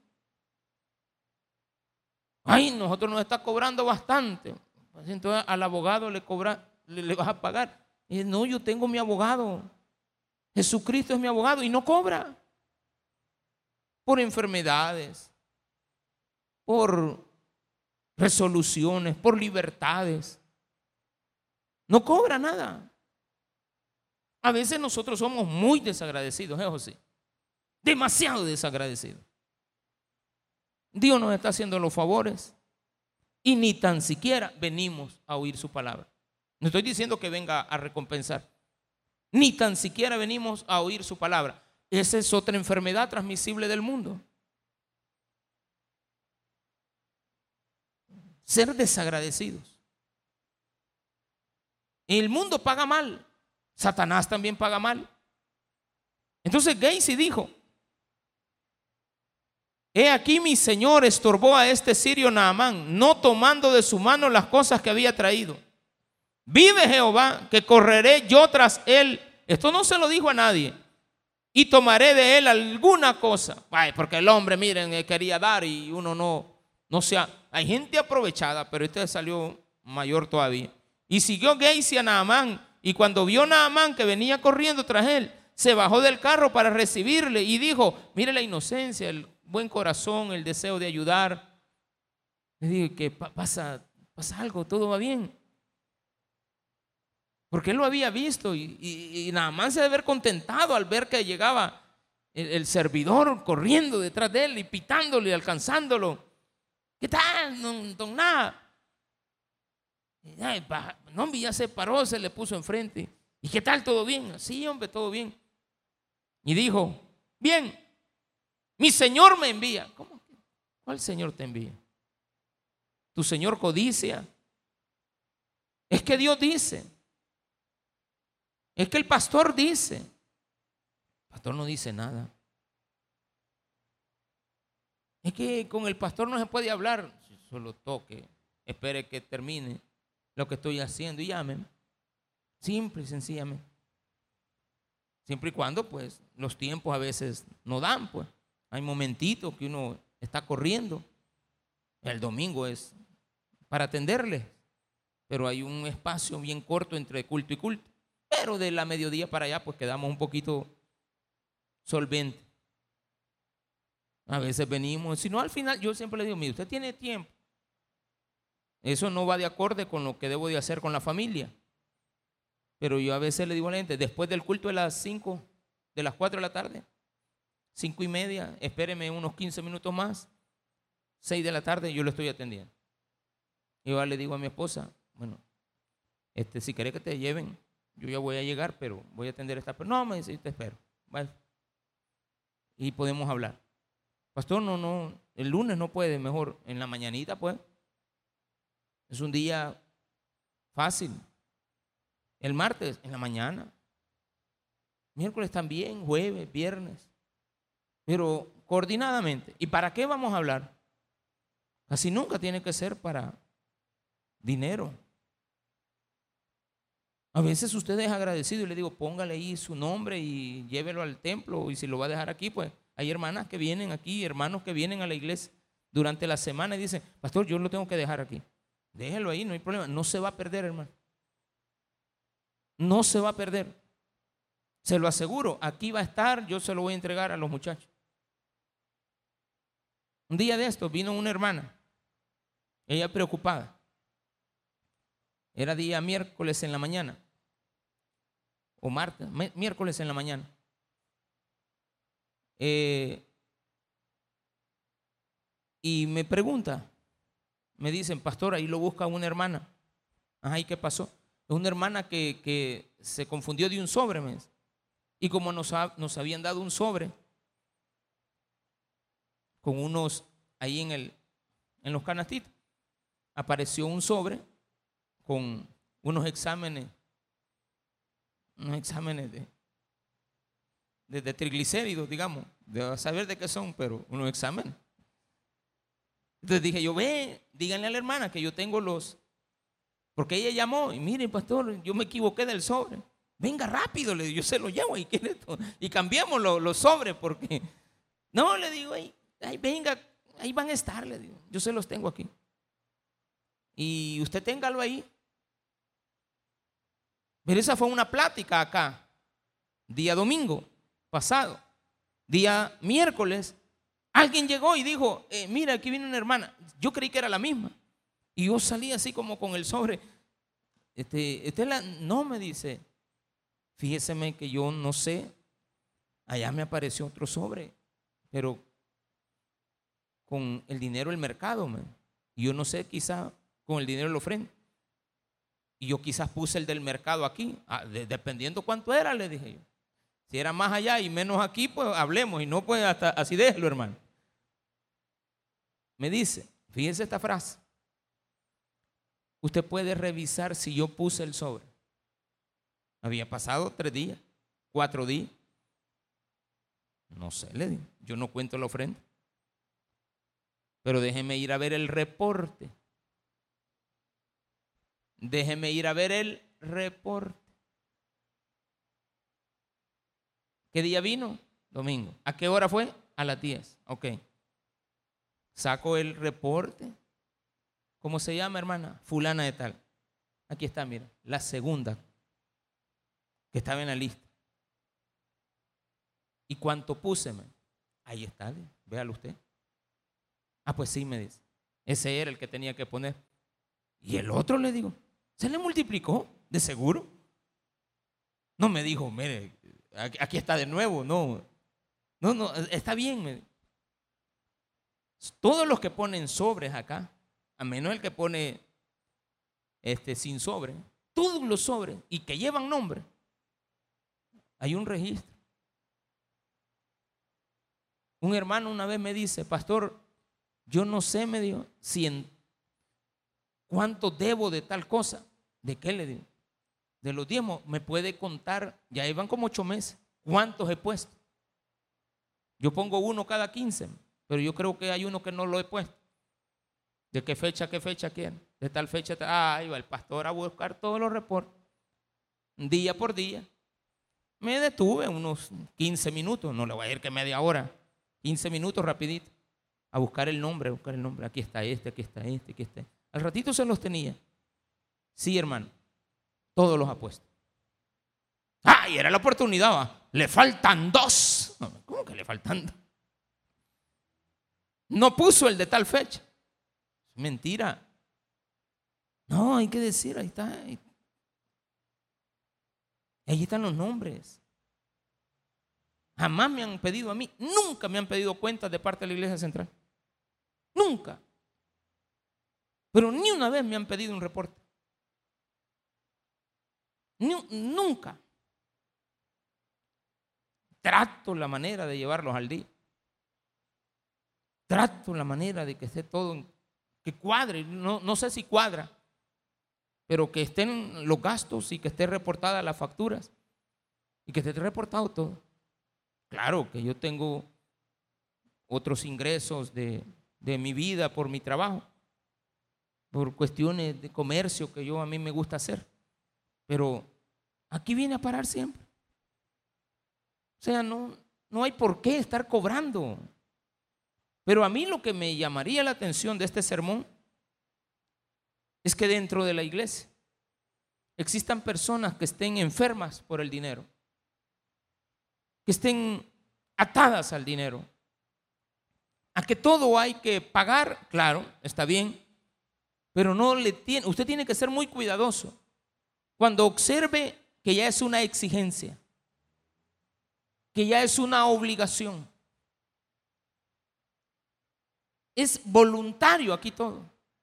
Ay, nosotros nos está cobrando bastante. Entonces al abogado le vas a pagar. Y no, yo tengo mi abogado. Jesucristo es mi abogado y no cobra. Por enfermedades, por resoluciones, por libertades. No cobra nada. A veces nosotros somos muy desagradecidos, José. Demasiado desagradecidos. Dios nos está haciendo los favores y ni tan siquiera venimos a oír su palabra. No estoy diciendo que venga a recompensar. Ni tan siquiera venimos a oír su palabra. Esa es otra enfermedad transmisible del mundo. Ser desagradecidos. El mundo paga mal. Satanás también paga mal. Entonces Gacy dijo, he aquí mi señor estorbó a este sirio Naamán, no tomando de su mano las cosas que había traído. Vive Jehová, que correré yo tras él. Esto no se lo dijo a nadie. Y tomaré de él alguna cosa. Ay, porque el hombre, miren, quería dar y uno no sea. Hay gente aprovechada, pero este salió mayor todavía. Y siguió Gacy a Naamán. Y cuando vio Naamán que venía corriendo tras él, se bajó del carro para recibirle y dijo, mire la inocencia, el buen corazón, el deseo de ayudar. Le dije, ¿qué pasa algo? ¿Todo va bien? Porque él lo había visto y Naamán se debe haber contentado al ver que llegaba el servidor corriendo detrás de él y pitándole y alcanzándolo. ¿Qué tal, don nada? No, hombre, ya se paró, se le puso enfrente. ¿Y qué tal? ¿Todo bien? Sí, hombre, todo bien. Y dijo, bien, mi Señor me envía. ¿Cómo? ¿Cuál Señor te envía? ¿Tu Señor codicia? Es que Dios dice. Es que el pastor dice. El pastor no dice nada. Es que con el pastor no se puede hablar. Solo toque, espere que termine. lo que estoy haciendo y llámeme. Simple y sencillamente. Siempre y cuando, pues, los tiempos a veces no dan, pues. Hay momentitos que uno está corriendo. El domingo es para atenderle, pero hay un espacio bien corto entre culto y culto. Pero de la mediodía para allá, pues, quedamos un poquito solventes. A veces venimos, si no, al final, yo siempre le digo, mire, usted tiene tiempo. Eso no va de acorde con lo que debo de hacer con la familia. Pero yo a veces le digo a la gente, después del culto de las 5, de las 4 de la tarde, 5:30, espéreme unos 15 minutos más, 6 de la tarde, yo lo estoy atendiendo. Y yo le digo a mi esposa, bueno, si querés que te lleven, yo ya voy a llegar, pero voy a atender esta persona. No, me dice, te espero. Vale. Y podemos hablar. Pastor, no, el lunes no puede, mejor en la mañanita, pues. Es un día fácil. El martes, en la mañana. Miércoles también, jueves, viernes. Pero coordinadamente. ¿Y para qué vamos a hablar? Casi nunca tiene que ser para dinero. A veces usted es agradecido y le digo, póngale ahí su nombre y llévelo al templo. Y si lo va a dejar aquí, pues hay hermanas que vienen aquí, hermanos que vienen a la iglesia durante la semana y dicen, pastor, yo lo tengo que dejar aquí. Déjelo ahí, no hay problema. No se va a perder, hermano. No se va a perder. Se lo aseguro, aquí va a estar, yo se lo voy a entregar a los muchachos. Un día de esto vino una hermana, ella preocupada. Era día miércoles en la mañana, o martes, miércoles en la mañana. Y me pregunta, me dicen, pastor, ahí lo busca una hermana. Ajá, ¿y qué pasó? Es una hermana que se confundió de un sobre, me dice. Y como nos habían dado un sobre con unos ahí en los canastitos, apareció un sobre con unos exámenes de triglicéridos, digamos, de saber de qué son, pero unos exámenes. Entonces dije yo, díganle a la hermana que yo tengo porque ella llamó y mire, pastor, yo me equivoqué del sobre. Venga rápido, le digo, yo se lo llevo y cambiamos los sobres porque no, le digo, ahí venga, ahí van a estar, le digo, yo se los tengo aquí. Y usted téngalo ahí. Pero esa fue una plática acá, día domingo pasado. Día miércoles, alguien llegó y dijo, mira, aquí viene una hermana. Yo creí que era la misma. Y yo salí así como con el sobre. No, me dice, fíjeseme que yo no sé, allá me apareció otro sobre, pero con el dinero del mercado, y yo no sé, quizá con el dinero de la ofrenda. Y yo quizás puse el del mercado aquí, dependiendo cuánto era, le dije yo. Si era más allá y menos aquí, pues hablemos, y no, pues hasta así déjelo, hermano. Me dice, fíjese esta frase, usted puede revisar si yo puse el sobre. Había pasado 3 días, 4 días. No sé, le digo, yo no cuento la ofrenda. Pero déjeme ir a ver el reporte. Déjeme ir a ver el reporte. ¿Qué día vino? Domingo. ¿A qué hora fue? A las 10. Ok. Saco el reporte. ¿Cómo se llama, hermana? Fulana de tal. Aquí está, mira, la segunda que estaba en la lista. ¿Y cuánto puse? Ahí está, véalo usted. Ah, pues sí, me dice. Ese era el que tenía que poner. Y el otro, le digo, se le multiplicó, de seguro. No me dijo, mire, aquí está de nuevo. No, está bien. Todos los que ponen sobres acá, a menos el que pone sin sobre, todos los sobres y que llevan nombre, hay un registro. Un hermano una vez me dice, pastor, yo no sé, me dijo, cuánto debo de tal cosa. ¿De qué? Le digo, de los diezmos. Me puede contar, ya llevan como 8 meses, cuántos he puesto. Yo pongo uno cada 15, pero yo creo que hay uno que no lo he puesto. ¿De qué fecha quieren? de tal fecha, ahí va el pastor a buscar todos los reportes, día por día. Me detuve unos 15 minutos, no le voy a decir que media hora, 15 minutos rapidito, a buscar el nombre, Aquí está este, aquí está este, aquí está este. Al ratito se los tenía. Sí, hermano, todos los ha puesto. Y era la oportunidad, ¿va? Le faltan 2. ¿Cómo que le faltan 2? No puso el de tal fecha. Mentira. No, hay que decir, ahí está. Ahí están los nombres. Jamás me han pedido a mí, nunca me han pedido cuentas de parte de la Iglesia Central. Nunca. Pero ni una vez me han pedido un reporte. Nunca. Trato la manera de llevarlos al día. Trato la manera de que esté todo, que cuadre. No sé si cuadra, pero que estén los gastos y que esté reportadas las facturas y que esté reportado todo. Claro que yo tengo otros ingresos de mi vida por mi trabajo, por cuestiones de comercio que a mí me gusta hacer, pero aquí viene a parar siempre. O sea, no hay por qué estar cobrando. Pero a mí lo que me llamaría la atención de este sermón es que dentro de la iglesia existan personas que estén enfermas por el dinero, que estén atadas al dinero, a que todo hay que pagar. Claro, está bien, pero usted tiene que ser muy cuidadoso cuando observe que ya es una exigencia, que ya es una obligación. Es voluntario aquí todo.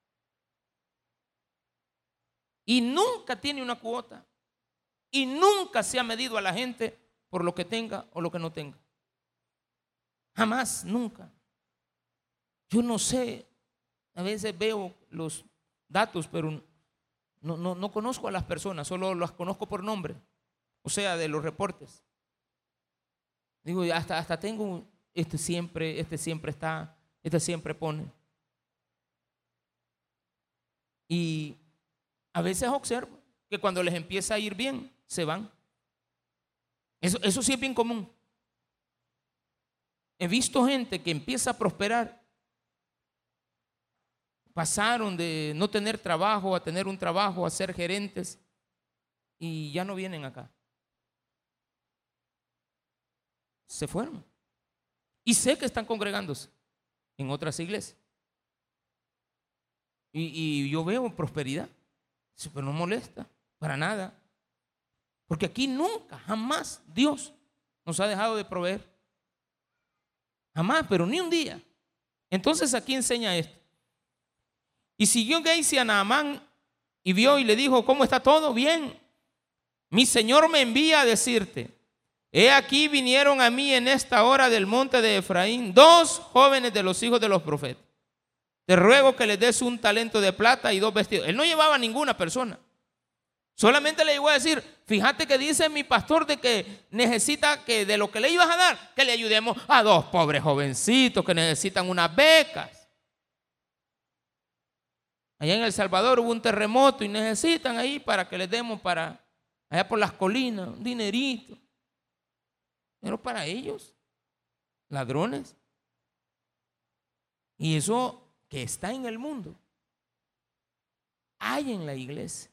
Y nunca tiene una cuota. Y nunca se ha medido a la gente por lo que tenga o lo que no tenga. Jamás, nunca. Yo no sé, a veces veo los datos, pero no conozco a las personas, solo las conozco por nombre. O sea, de los reportes. Digo, hasta tengo, este siempre está, este siempre pone. Y a veces observo que cuando les empieza a ir bien, se van. Eso sí es bien común. He visto gente que empieza a prosperar. Pasaron de no tener trabajo a tener un trabajo, a ser gerentes, y ya no vienen acá. Se fueron. Y sé que están congregándose en otras iglesias. Y yo veo prosperidad. Pero no molesta, para nada. Porque aquí nunca, jamás Dios nos ha dejado de proveer. Jamás, pero ni un día. Entonces aquí enseña esto. Y siguió Gehazi a Naamán y vio y le dijo: ¿cómo está todo? Bien. Mi Señor me envía a decirte: he aquí vinieron a mí en esta hora del monte de Efraín 2 jóvenes de los hijos de los profetas. Te ruego que les des un talento de plata y 2 vestidos. Él no llevaba ninguna persona. Solamente le llegó a decir: fíjate que dice mi pastor de que necesita que de lo que le ibas a dar, que le ayudemos a 2 pobres jovencitos que necesitan unas becas. Allá en El Salvador hubo un terremoto y necesitan ahí para que les demos para allá por las colinas un dinerito. Pero para ellos, ladrones. Y eso que está en el mundo, hay en la iglesia.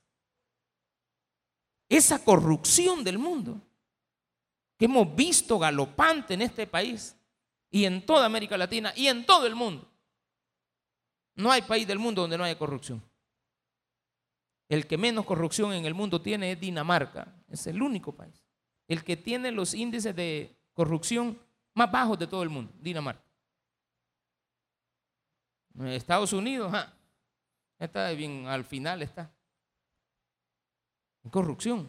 Esa corrupción del mundo que hemos visto galopante en este país y en toda América Latina y en todo el mundo. No hay país del mundo donde no haya corrupción. El que menos corrupción en el mundo tiene es Dinamarca. Es el único país. El que tiene los índices de corrupción más bajos de todo el mundo, Dinamarca. Estados Unidos, está bien, al final está. En corrupción.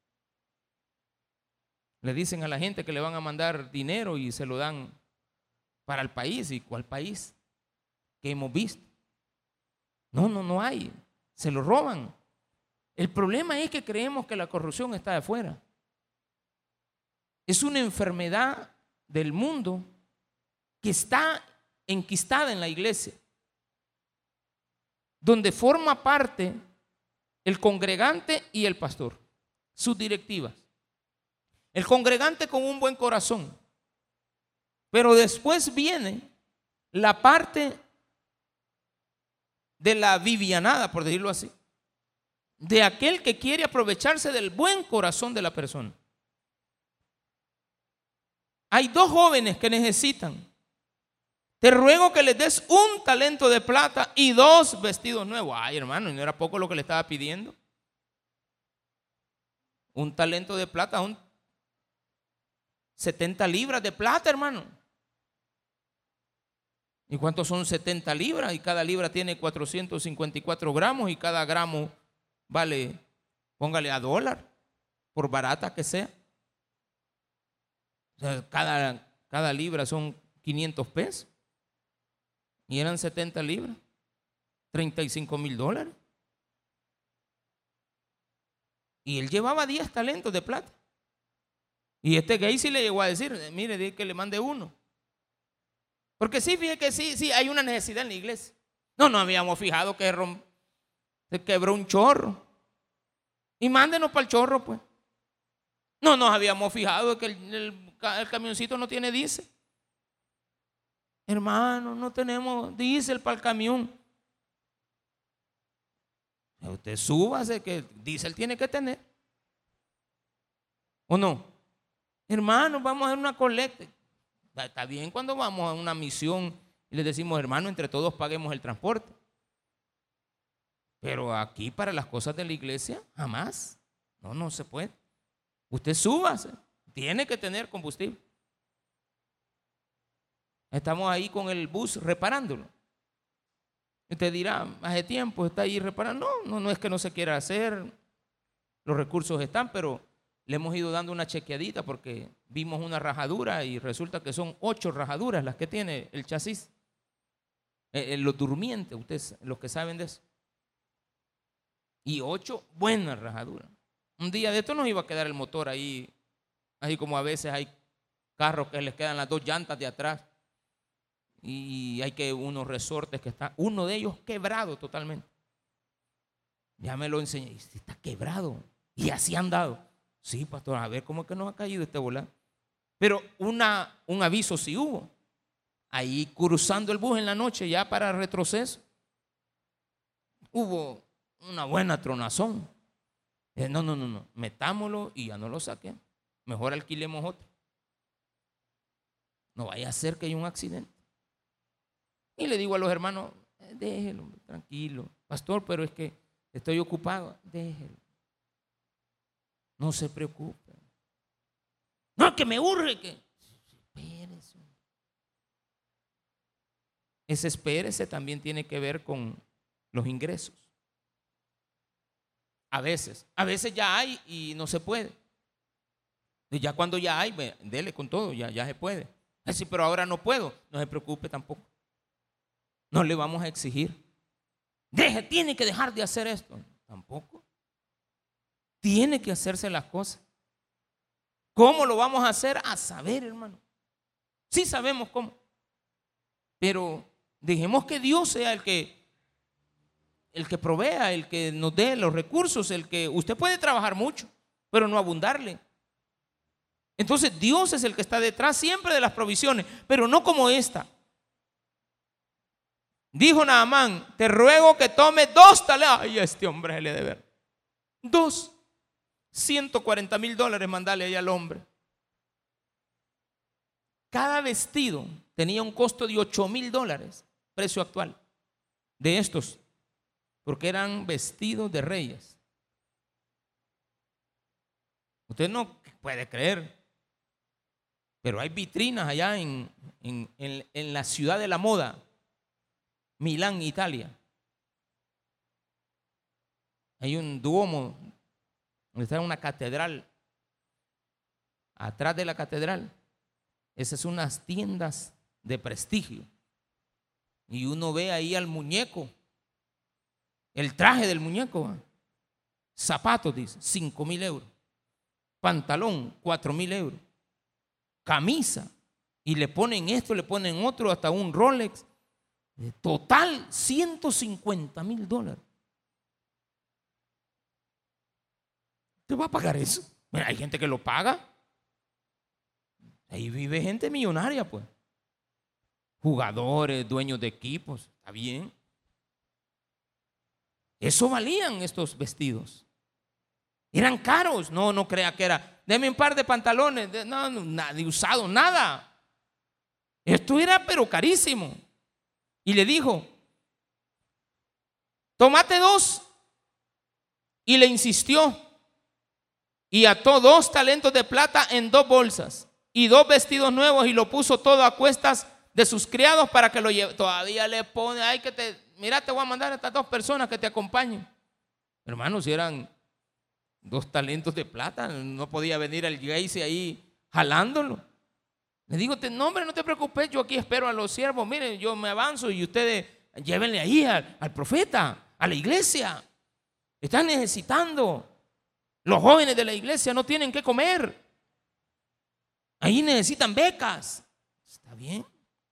Le dicen a la gente que le van a mandar dinero y se lo dan para el país. ¿Y cuál país? Que hemos visto. No hay. Se lo roban. El problema es que creemos que la corrupción está de afuera. Es una enfermedad del mundo que está enquistada en la iglesia. donde forma parte el congregante y el pastor, sus directivas. El congregante con un buen corazón. Pero después viene la parte de la vivianada, por decirlo así, de aquel que quiere aprovecharse del buen corazón de la persona. Hay dos jóvenes que necesitan. Te ruego que les des un talento de plata y 2 vestidos nuevos. Ay, hermano, ¿y no era poco lo que le estaba pidiendo? Un talento de plata, 70 libras de plata, hermano. ¿Y cuántos son 70 libras? Y cada libra tiene 454 gramos y cada gramo vale, póngale a $1, por barata que sea. O sea, cada libra son 500 pesos. Y eran 70 libras, $35,000. Y él llevaba 10 talentos de plata. Y este gay sí le llegó a decir, mire, dile que le mande uno. Porque sí, fíjate que sí, hay una necesidad en la iglesia. No habíamos fijado que se quebró un chorro. Y mándenos para el chorro, pues. No nos habíamos fijado que el camioncito no tiene diésel. Hermano, no tenemos diésel para el camión. Usted súbase, que diésel tiene que tener. ¿O no? Hermano, vamos a hacer una colecta. Está bien cuando vamos a una misión y les decimos, hermano, entre todos paguemos el transporte. Pero aquí para las cosas de la iglesia, jamás. No se puede. Usted súbase, tiene que tener combustible. Estamos ahí con el bus reparándolo. Usted dirá, hace tiempo está ahí reparando. No es que no se quiera hacer, los recursos están, pero le hemos ido dando una chequeadita porque vimos una rajadura y resulta que son 8 rajaduras las que tiene el chasis. Los durmientes, ustedes, los que saben de eso. Y 8 buenas rajaduras. Un día de esto nos iba a quedar el motor ahí, así como a veces hay carros que les quedan las 2 llantas de atrás. Y hay que unos resortes que están, uno de ellos quebrado totalmente. Ya me lo enseñé, está quebrado. Y así han dado. Sí, pastor, a ver cómo es que nos ha caído este volante. Pero un aviso sí hubo. Ahí cruzando el bus en la noche ya para retroceso. Hubo una buena tronazón. No, metámoslo y ya no lo saquemos. Mejor alquilemos otro. No vaya a ser que haya un accidente. Y le digo a los hermanos, déjelo, tranquilo. Pastor, pero es que estoy ocupado. Déjelo. No se preocupe. No, que me urge. Espérese. Ese espérese también tiene que ver con los ingresos. A veces ya hay y no se puede. Y ya cuando ya hay, dele con todo, ya se puede. Sí, pero ahora no puedo. No se preocupe tampoco. No le vamos a exigir. Tiene que dejar de hacer esto. Tampoco. Tiene que hacerse las cosas. ¿Cómo lo vamos a hacer? A saber, hermano. Sí sabemos cómo. Pero dejemos que Dios sea el que provea, el que nos dé los recursos, el que usted puede trabajar mucho, pero no abundarle. Entonces Dios es el que está detrás siempre de las provisiones, pero no como esta. Dijo Naamán, te ruego que tome 2 talentos. Ay, a este hombre se le debe ver. 140,000 dólares mandale ahí al hombre. Cada vestido tenía un costo de 8,000 dólares, precio actual, de estos, porque eran vestidos de reyes. Usted no puede creer, pero hay vitrinas allá en la ciudad de la moda, Milán, Italia. Hay un Duomo, donde está una catedral. Atrás de la catedral, esas son unas tiendas de prestigio. Y uno ve ahí al muñeco, el traje del muñeco, zapatos, dice, 5,000 euros. Pantalón, 4,000 euros. Camisa, y le ponen esto, le ponen otro, hasta un Rolex. Total, $150,000. ¿Te va a pagar eso? Mira, hay gente que lo paga. Ahí vive gente millonaria, pues. Jugadores, dueños de equipos, está bien. Eso valían estos vestidos. Eran caros. No, no crea que era, deme un par de pantalones, no, nada de usado, nada. Esto era pero carísimo. Y le dijo, tómate 2. Y le insistió. Y ató 2 talentos de plata en 2 bolsas y 2 vestidos nuevos y lo puso todo a cuestas de sus criados para que lo lleve. Todavía le pone, ay, mira, te voy a mandar a estas 2 personas que te acompañen. Hermanos, si eran 2 talentos de plata, no podía venir el Gacy ahí jalándolo. Le digo, no, hombre, no te preocupes, yo aquí espero a los siervos. Miren, yo me avanzo y ustedes llévenle ahí al profeta, a la iglesia. Están necesitando. Los jóvenes de la iglesia no tienen que comer. Ahí necesitan becas. Está bien.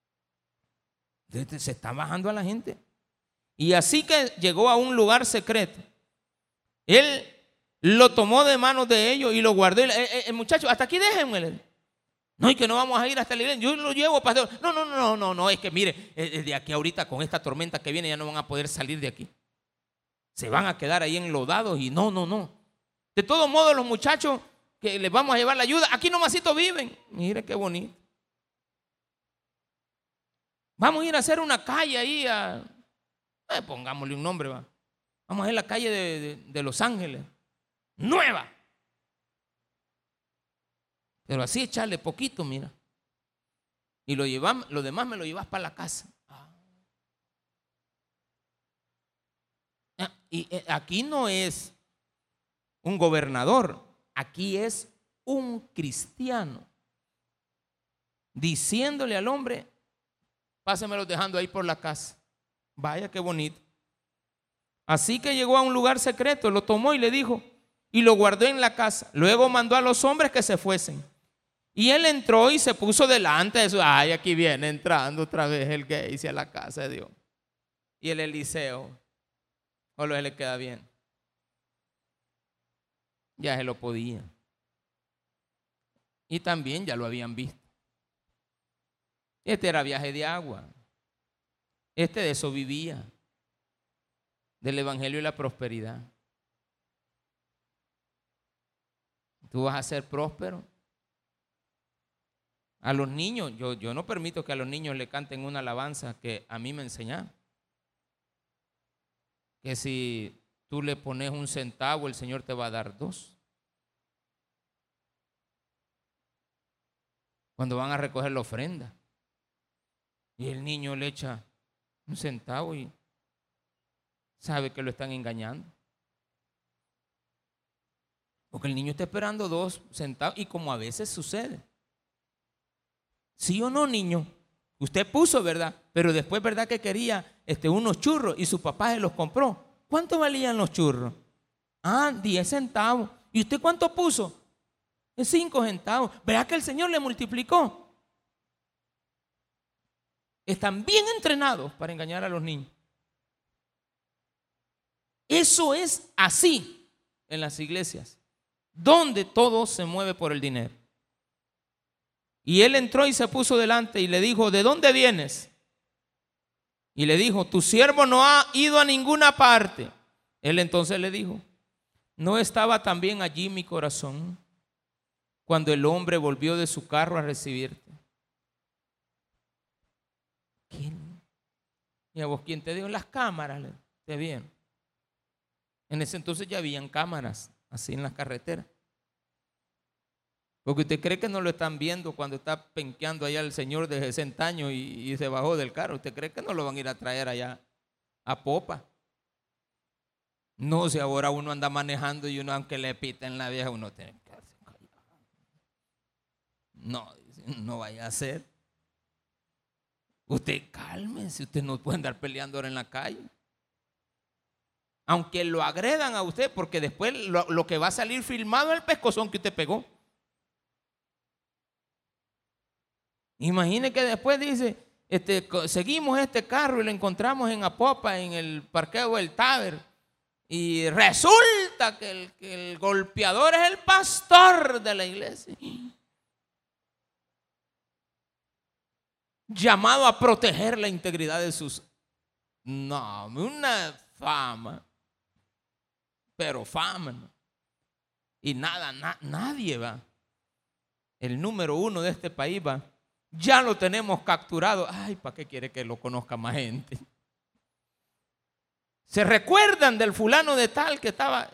Se está bajando a la gente. Y así que llegó a un lugar secreto. Él lo tomó de manos de ellos y lo guardó. El muchacho, hasta aquí déjenme. No, y que no vamos a ir hasta la iglesia. Yo lo llevo, pastor. No, es que mire, de aquí ahorita con esta tormenta que viene ya no van a poder salir de aquí. Se van a quedar ahí enlodados y no. De todos modos, los muchachos que les vamos a llevar la ayuda, aquí nomasito viven. Mire qué bonito. Vamos a ir a hacer una calle ahí, pongámosle un nombre, va. Vamos a ir a la calle de Los Ángeles, nueva. Pero así echarle poquito, mira. Y lo demás me lo llevas para la casa. Y aquí no es un gobernador, aquí es un cristiano diciéndole al hombre, pásemelos dejando ahí por la casa. Vaya qué bonito. Así que llegó a un lugar secreto, lo tomó y le dijo, y lo guardó en la casa. Luego mandó a los hombres que se fuesen. Y él entró y se puso delante de su, ay, aquí viene entrando otra vez el Gacy a la casa de Dios. Y el Eliseo, solo él le queda bien. Ya se lo podía. Y también ya lo habían visto. Este era viaje de agua. Este de eso vivía. Del evangelio y la prosperidad. Tú vas a ser próspero. A los niños, yo no permito que a los niños le canten una alabanza que a mí me enseñaron. Que si tú le pones 1 centavo, el Señor te va a dar 2. Cuando van a recoger la ofrenda. Y el niño le echa 1 centavo y sabe que lo están engañando. Porque el niño está esperando 2 centavos y como a veces sucede. ¿Sí o no, niño? Usted puso, ¿verdad? Pero después, ¿verdad que quería unos churros y su papá se los compró? ¿Cuánto valían los churros? 10 centavos. ¿Y usted cuánto puso? 5 centavos. ¿Verdad que el Señor le multiplicó? Están bien entrenados para engañar a los niños. Eso es así en las iglesias, donde todo se mueve por el dinero. Y él entró y se puso delante y le dijo, ¿de dónde vienes? Y le dijo, tu siervo no ha ido a ninguna parte. Él entonces le dijo, ¿no estaba también allí mi corazón cuando el hombre volvió de su carro a recibirte? ¿Quién? ¿Y a vos quién te dio? Las cámaras te vieron. En ese entonces ya habían cámaras así en las carreteras. Porque usted cree que no lo están viendo cuando está penqueando allá el señor de 60 años y se bajó del carro. Usted cree que no lo van a ir a traer allá a popa. No, si ahora uno anda manejando y uno, aunque le piten la vieja, uno tiene que quedarse callado. No vaya a ser. Usted cálmese, usted no puede andar peleando ahora en la calle. Aunque lo agredan a usted, porque después lo que va a salir filmado es el pescozón que usted pegó. Imagine que después dice, seguimos este carro y lo encontramos en Apopa, en el parqueo del Taber. Y resulta que el golpeador es el pastor de la iglesia. Llamado a proteger la integridad de sus... No, una fama. Pero fama, ¿no? Y nadie va. El número 1 de este país va. Ya lo tenemos capturado. Ay, ¿para qué quiere que lo conozca más gente? ¿Se recuerdan del fulano de tal que estaba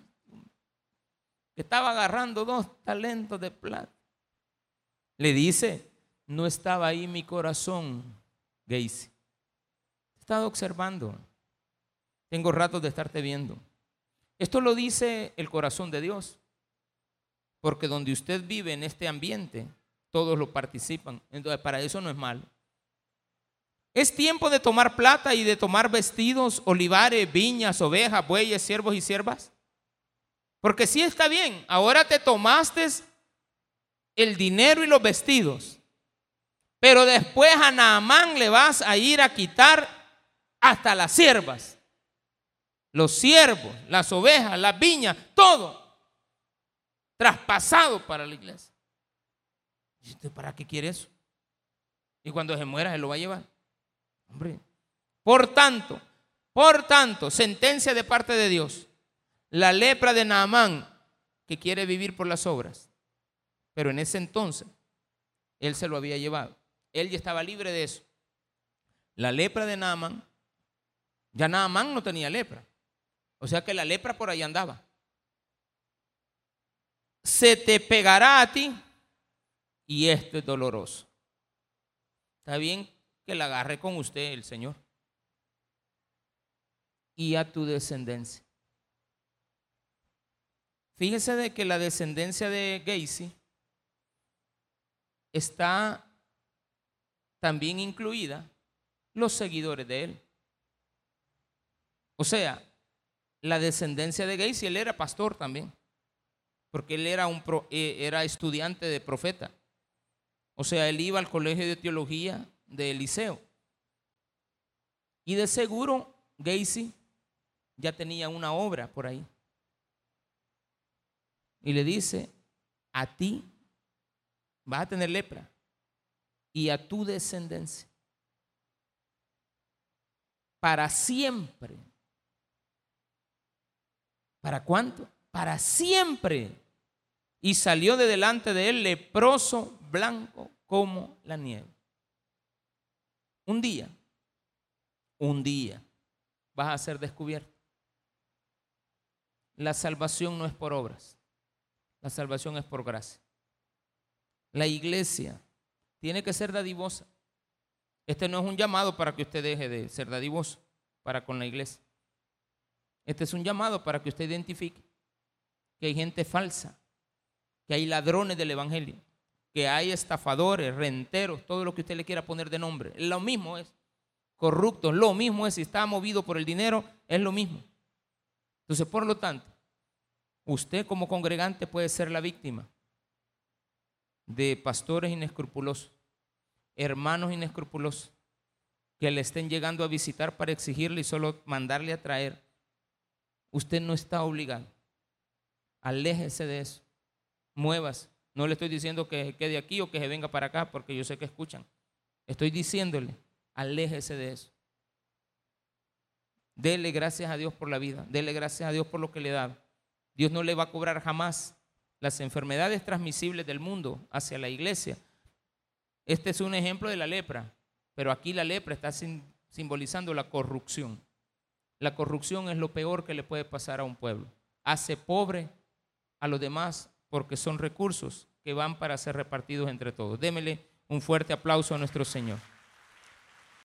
agarrando 2 talentos de plata? Le dice, no estaba ahí mi corazón, Gacy. He estado observando. Tengo ratos de estarte viendo. Esto lo dice el corazón de Dios. Porque donde usted vive en este ambiente, todos lo participan. Entonces, para eso no es malo. Es tiempo de tomar plata y de tomar vestidos, olivares, viñas, ovejas, bueyes, siervos y siervas. Porque sí está bien, ahora te tomaste el dinero y los vestidos. Pero después a Naamán le vas a ir a quitar hasta las siervas, los siervos, las ovejas, las viñas, todo traspasado para la iglesia. ¿Y usted para qué quiere eso? Y cuando se muera se lo va a llevar. Hombre. Por tanto, sentencia de parte de Dios. La lepra de Naamán, que quiere vivir por las obras. Pero en ese entonces, él se lo había llevado. Él ya estaba libre de eso. La lepra de Naamán, ya Naamán no tenía lepra. O sea que la lepra por ahí andaba. Se te pegará a ti y esto es doloroso. Está bien que la agarre con usted el Señor. Y a tu descendencia. Fíjese de que la descendencia de Gacy está también incluida los seguidores de él. O sea, la descendencia de Gacy, él era pastor también. Porque él era estudiante de profeta. O sea, él iba al colegio de teología de Eliseo. Y de seguro Gacy ya tenía una obra por ahí. Y le dice, a ti vas a tener lepra y a tu descendencia para siempre. ¿Para cuánto? Para siempre. Y salió de delante de él leproso, blanco como la nieve. Un día vas a ser descubierto. La salvación no es por obras, la salvación es por gracia. La iglesia tiene que ser dadivosa. Este no es un llamado para que usted deje de ser dadivoso para con la iglesia. Este es un llamado para que usted identifique que hay gente falsa, que hay ladrones del evangelio, que hay estafadores, renteros, todo lo que usted le quiera poner de nombre. Lo mismo es. Corruptos, lo mismo es. Si está movido por el dinero, es lo mismo. Entonces, por lo tanto, usted como congregante puede ser la víctima de pastores inescrupulosos, hermanos inescrupulosos, que le estén llegando a visitar para exigirle y solo mandarle a traer. Usted no está obligado. Aléjese de eso. Muevas. No le estoy diciendo que se quede aquí o que se venga para acá, porque yo sé que escuchan. Estoy diciéndole, aléjese de eso. Dele gracias a Dios por la vida. Dele gracias a Dios por lo que le da. Dios no le va a cobrar jamás las enfermedades transmisibles del mundo hacia la iglesia. Este es un ejemplo de la lepra, pero aquí la lepra está simbolizando la corrupción. La corrupción es lo peor que le puede pasar a un pueblo. Hace pobre a los demás porque son recursos que van para ser repartidos entre todos. Démele un fuerte aplauso a nuestro Señor.